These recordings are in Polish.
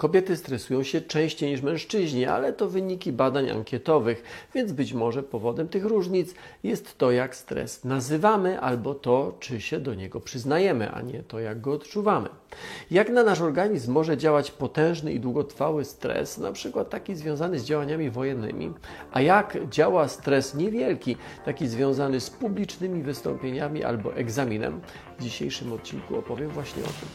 Kobiety stresują się częściej niż mężczyźni, ale to wyniki badań ankietowych, więc być może powodem tych różnic jest to, jak stres nazywamy, albo to, czy się do niego przyznajemy, a nie to, jak go odczuwamy. Jak na nasz organizm może działać potężny i długotrwały stres, na przykład taki związany z działaniami wojennymi, a jak działa stres niewielki, taki związany z publicznymi wystąpieniami albo egzaminem, w dzisiejszym odcinku opowiem właśnie o tym.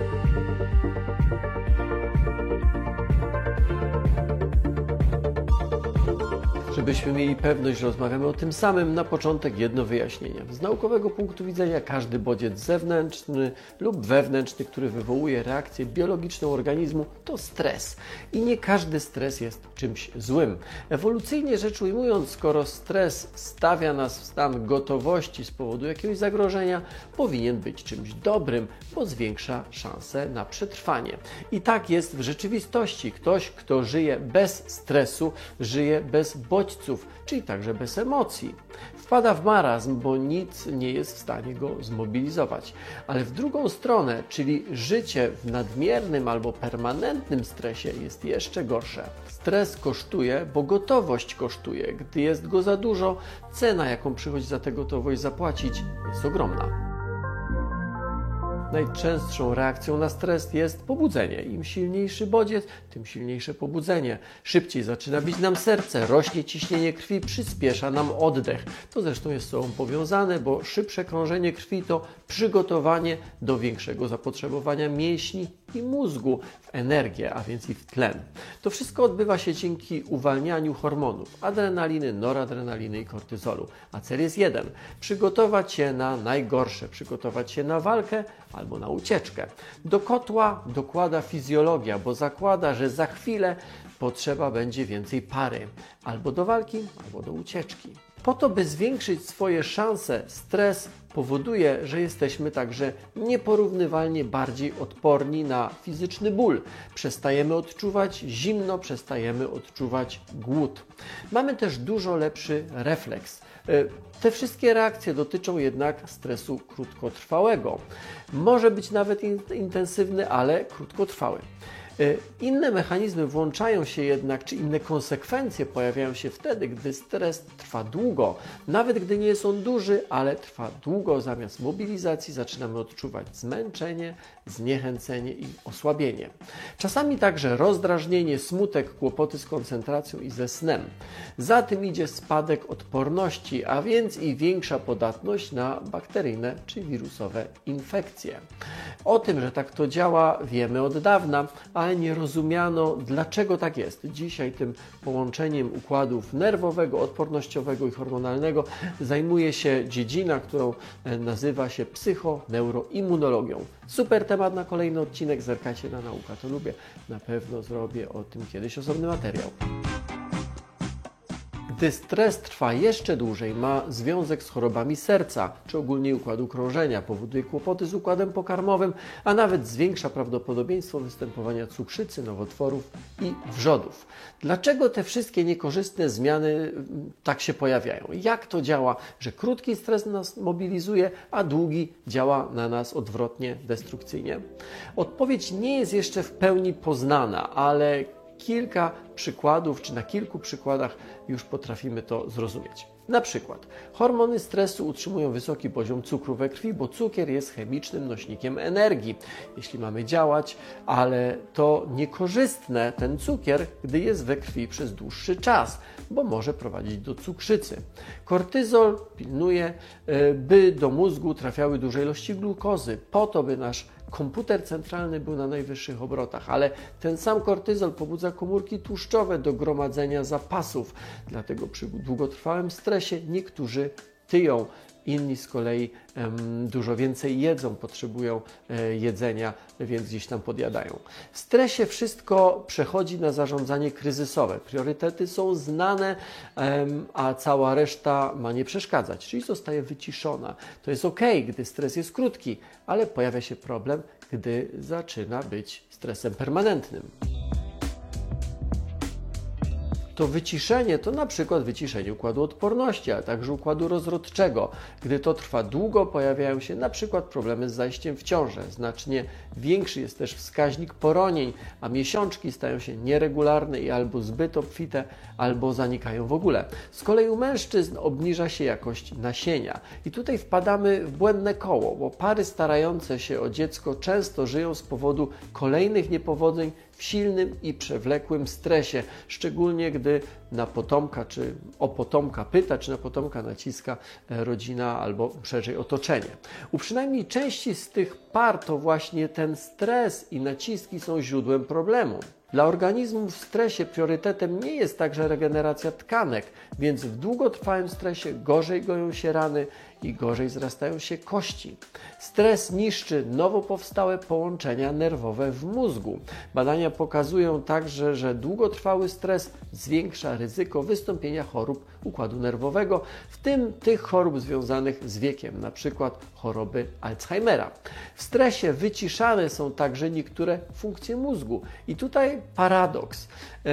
Żebyśmy mieli pewność, że rozmawiamy o tym samym, na początek jedno wyjaśnienie. Z naukowego punktu widzenia każdy bodziec zewnętrzny lub wewnętrzny, który wywołuje reakcję biologiczną organizmu, to stres. I nie każdy stres jest czymś złym. Ewolucyjnie rzecz ujmując, skoro stres stawia nas w stan gotowości z powodu jakiegoś zagrożenia, powinien być czymś dobrym, bo zwiększa szanse na przetrwanie. I tak jest w rzeczywistości. Ktoś, kto żyje bez stresu, żyje bez bodźców, czyli także bez emocji. Wpada w marazm, bo nic nie jest w stanie go zmobilizować. Ale w drugą stronę, czyli życie w nadmiernym albo permanentnym stresie jest jeszcze gorsze. Stres kosztuje, bo gotowość kosztuje. Gdy jest go za dużo, cena, jaką przychodzi za tę gotowość zapłacić, jest ogromna. Najczęstszą reakcją na stres jest pobudzenie. Im silniejszy bodziec, tym silniejsze pobudzenie. Szybciej zaczyna bić nam serce, rośnie ciśnienie krwi, przyspiesza nam oddech. To zresztą jest z sobą powiązane, bo szybsze krążenie krwi to przygotowanie do większego zapotrzebowania mięśni i mózgu w energię, a więc i w tlen. To wszystko odbywa się dzięki uwalnianiu hormonów adrenaliny, noradrenaliny i kortyzolu. A cel jest jeden: przygotować się na najgorsze, przygotować się na walkę albo na ucieczkę. Do kotła dokłada fizjologia, bo zakłada, że za chwilę potrzeba będzie więcej pary albo do walki, albo do ucieczki. Po to, by zwiększyć swoje szanse, stres powoduje, że jesteśmy także nieporównywalnie bardziej odporni na fizyczny ból. Przestajemy odczuwać zimno, przestajemy odczuwać głód. Mamy też dużo lepszy refleks. Te wszystkie reakcje dotyczą jednak stresu krótkotrwałego. Może być nawet intensywny, ale krótkotrwały. Inne mechanizmy włączają się jednak, czy inne konsekwencje pojawiają się wtedy, gdy stres trwa długo. Nawet gdy nie jest on duży, ale trwa długo, zamiast mobilizacji zaczynamy odczuwać zmęczenie, zniechęcenie i osłabienie. Czasami także rozdrażnienie, smutek, kłopoty z koncentracją i ze snem. Za tym idzie spadek odporności, a więc i większa podatność na bakteryjne czy wirusowe infekcje. O tym, że tak to działa, wiemy od dawna, ale nie rozumiano, dlaczego tak jest. Dzisiaj tym połączeniem układów nerwowego, odpornościowego i hormonalnego zajmuje się dziedzina, którą nazywa się psychoneuroimmunologią. Super temat na kolejny odcinek. Zerkajcie na Nauka to Lubię. Na pewno zrobię o tym kiedyś osobny materiał. Gdy stres trwa jeszcze dłużej, ma związek z chorobami serca, czy ogólnie układu krążenia, powoduje kłopoty z układem pokarmowym, a nawet zwiększa prawdopodobieństwo występowania cukrzycy, nowotworów i wrzodów. Dlaczego te wszystkie niekorzystne zmiany tak się pojawiają? Jak to działa, że krótki stres nas mobilizuje, a długi działa na nas odwrotnie, destrukcyjnie? Odpowiedź nie jest jeszcze w pełni poznana, ale kilka przykładów, czy na kilku przykładach już potrafimy to zrozumieć. Na przykład hormony stresu utrzymują wysoki poziom cukru we krwi, bo cukier jest chemicznym nośnikiem energii. Jeśli mamy działać, ale to niekorzystne ten cukier, gdy jest we krwi przez dłuższy czas, bo może prowadzić do cukrzycy. Kortyzol pilnuje, by do mózgu trafiały duże ilości glukozy, po to, by nasz komputer centralny był na najwyższych obrotach, ale ten sam kortyzol pobudza komórki tłuszczowe do gromadzenia zapasów. Dlatego przy długotrwałym stresie niektórzy tyją, inni z kolei dużo więcej jedzą, potrzebują jedzenia, więc gdzieś tam podjadają. W stresie wszystko przechodzi na zarządzanie kryzysowe. Priorytety są znane, a cała reszta ma nie przeszkadzać, czyli zostaje wyciszona. To jest ok, gdy stres jest krótki, ale pojawia się problem, gdy zaczyna być stresem permanentnym. To wyciszenie to na przykład wyciszenie układu odporności, a także układu rozrodczego. Gdy to trwa długo, pojawiają się na przykład problemy z zajściem w ciążę, znacznie Większy jest też wskaźnik poronień, a miesiączki stają się nieregularne i albo zbyt obfite, albo zanikają w ogóle. Z kolei u mężczyzn obniża się jakość nasienia. I tutaj wpadamy w błędne koło, bo pary starające się o dziecko często żyją z powodu kolejnych niepowodzeń w silnym i przewlekłym stresie, szczególnie gdy na potomka czy o potomka pyta, czy na potomka naciska rodzina albo szerzej otoczenie. U przynajmniej części z tych par to właśnie ten stres i naciski są źródłem problemu. Dla organizmu w stresie priorytetem nie jest także regeneracja tkanek, więc w długotrwałym stresie gorzej goją się rany i gorzej wzrastają się kości. Stres niszczy nowo powstałe połączenia nerwowe w mózgu. Badania pokazują także, że długotrwały stres zwiększa ryzyko wystąpienia chorób układu nerwowego, w tym tych chorób związanych z wiekiem, np. choroby Alzheimera. W stresie wyciszane są także niektóre funkcje mózgu. I tutaj paradoks,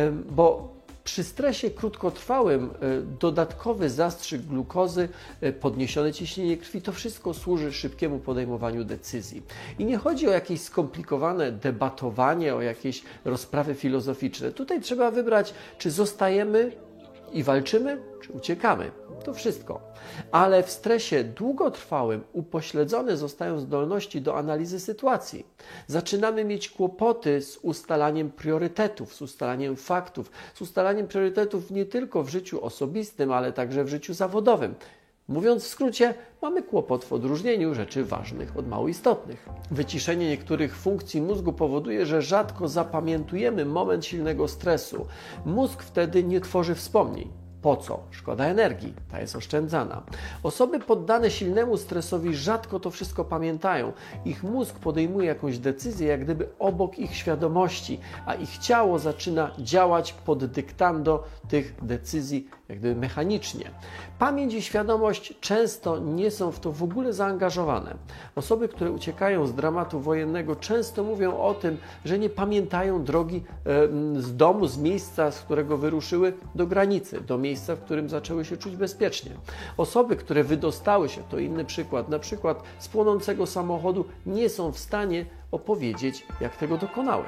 bo przy stresie krótkotrwałym dodatkowy zastrzyk glukozy, podniesione ciśnienie krwi, to wszystko służy szybkiemu podejmowaniu decyzji. I nie chodzi o jakieś skomplikowane debatowanie, o jakieś rozprawy filozoficzne. Tutaj trzeba wybrać, czy zostajemy i walczymy, czy uciekamy. To wszystko. Ale w stresie długotrwałym upośledzone zostają zdolności do analizy sytuacji. Zaczynamy mieć kłopoty z ustalaniem priorytetów, z ustalaniem faktów, z ustalaniem priorytetów nie tylko w życiu osobistym, ale także w życiu zawodowym. Mówiąc w skrócie, mamy kłopot w odróżnieniu rzeczy ważnych od mało istotnych. Wyciszenie niektórych funkcji mózgu powoduje, że rzadko zapamiętujemy moment silnego stresu. Mózg wtedy nie tworzy wspomnień. Po co? Szkoda energii, ta jest oszczędzana. Osoby poddane silnemu stresowi rzadko to wszystko pamiętają. Ich mózg podejmuje jakąś decyzję, jak gdyby obok ich świadomości, a ich ciało zaczyna działać pod dyktando tych decyzji, jak gdyby mechanicznie. Pamięć i świadomość często nie są w to w ogóle zaangażowane. Osoby, które uciekają z dramatu wojennego, często mówią o tym, że nie pamiętają drogi z domu, z miejsca, z którego wyruszyły, do granicy, do miejsca, w którym zaczęły się czuć bezpiecznie. Osoby, które wydostały się, to inny przykład, na przykład z płonącego samochodu, nie są w stanie opowiedzieć, jak tego dokonały.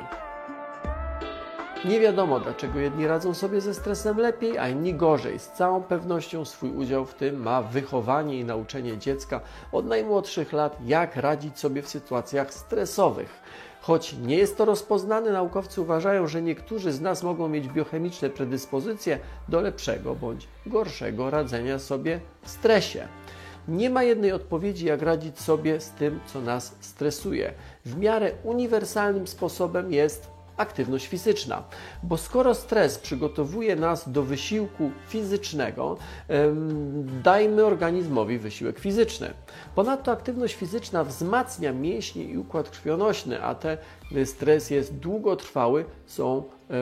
Nie wiadomo, dlaczego jedni radzą sobie ze stresem lepiej, a inni gorzej. Z całą pewnością swój udział w tym ma wychowanie i nauczenie dziecka od najmłodszych lat, jak radzić sobie w sytuacjach stresowych. Choć nie jest to rozpoznane, naukowcy uważają, że niektórzy z nas mogą mieć biochemiczne predyspozycje do lepszego bądź gorszego radzenia sobie w stresie. Nie ma jednej odpowiedzi, jak radzić sobie z tym, co nas stresuje. W miarę uniwersalnym sposobem jest aktywność fizyczna, bo skoro stres przygotowuje nas do wysiłku fizycznego, dajmy organizmowi wysiłek fizyczny. Ponadto aktywność fizyczna wzmacnia mięśnie i układ krwionośny, a te, gdy stres jest długotrwały, są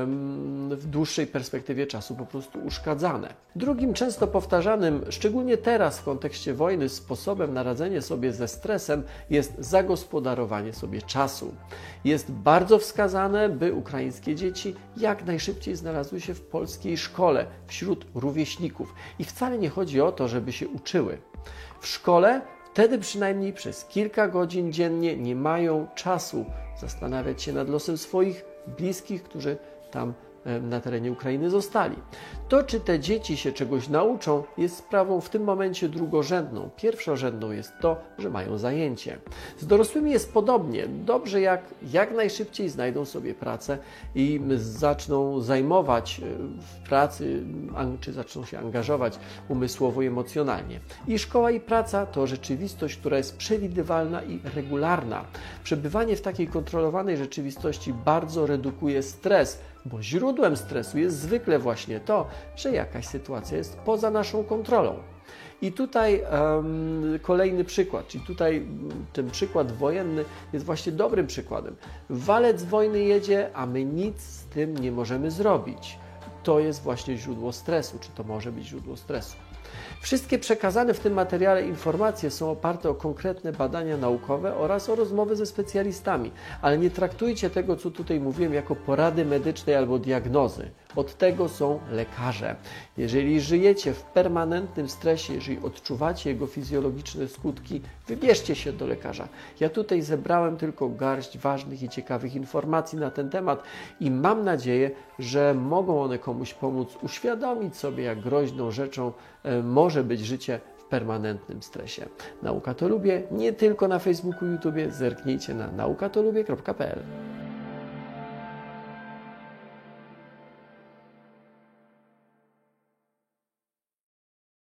w dłuższej perspektywie czasu po prostu uszkadzane. Drugim często powtarzanym, szczególnie teraz w kontekście wojny, sposobem na radzenie sobie ze stresem jest zagospodarowanie sobie czasu. Jest bardzo wskazane, by ukraińskie dzieci jak najszybciej znalazły się w polskiej szkole, wśród rówieśników. I wcale nie chodzi o to, żeby się uczyły. W szkole wtedy przynajmniej przez kilka godzin dziennie nie mają czasu zastanawiać się nad losem swoich bliskich, którzy tam na terenie Ukrainy zostali. To, czy te dzieci się czegoś nauczą, jest sprawą w tym momencie drugorzędną. Pierwszorzędną jest to, że mają zajęcie. Z dorosłymi jest podobnie. Dobrze, jak najszybciej znajdą sobie pracę i zaczną zajmować w pracy, czy zaczną się angażować umysłowo i emocjonalnie. I szkoła i praca to rzeczywistość, która jest przewidywalna i regularna. Przebywanie w takiej kontrolowanej rzeczywistości bardzo redukuje stres, bo źródłem stresu jest zwykle właśnie to, że jakaś sytuacja jest poza naszą kontrolą. I tutaj kolejny przykład, czyli tutaj ten przykład wojenny jest właśnie dobrym przykładem. Walec wojny jedzie, a my nic z tym nie możemy zrobić. To jest właśnie źródło stresu, czy to może być źródło stresu. Wszystkie przekazane w tym materiale informacje są oparte o konkretne badania naukowe oraz o rozmowy ze specjalistami, ale nie traktujcie tego, co tutaj mówiłem, jako porady medycznej albo diagnozy. Od tego są lekarze. Jeżeli żyjecie w permanentnym stresie, jeżeli odczuwacie jego fizjologiczne skutki, wybierzcie się do lekarza. Ja tutaj zebrałem tylko garść ważnych i ciekawych informacji na ten temat i mam nadzieję, że mogą one komuś pomóc uświadomić sobie, jak groźną rzeczą może być życie w permanentnym stresie. Nauka to lubię, nie tylko na Facebooku, YouTubie, zerknijcie na naukatolubię.pl.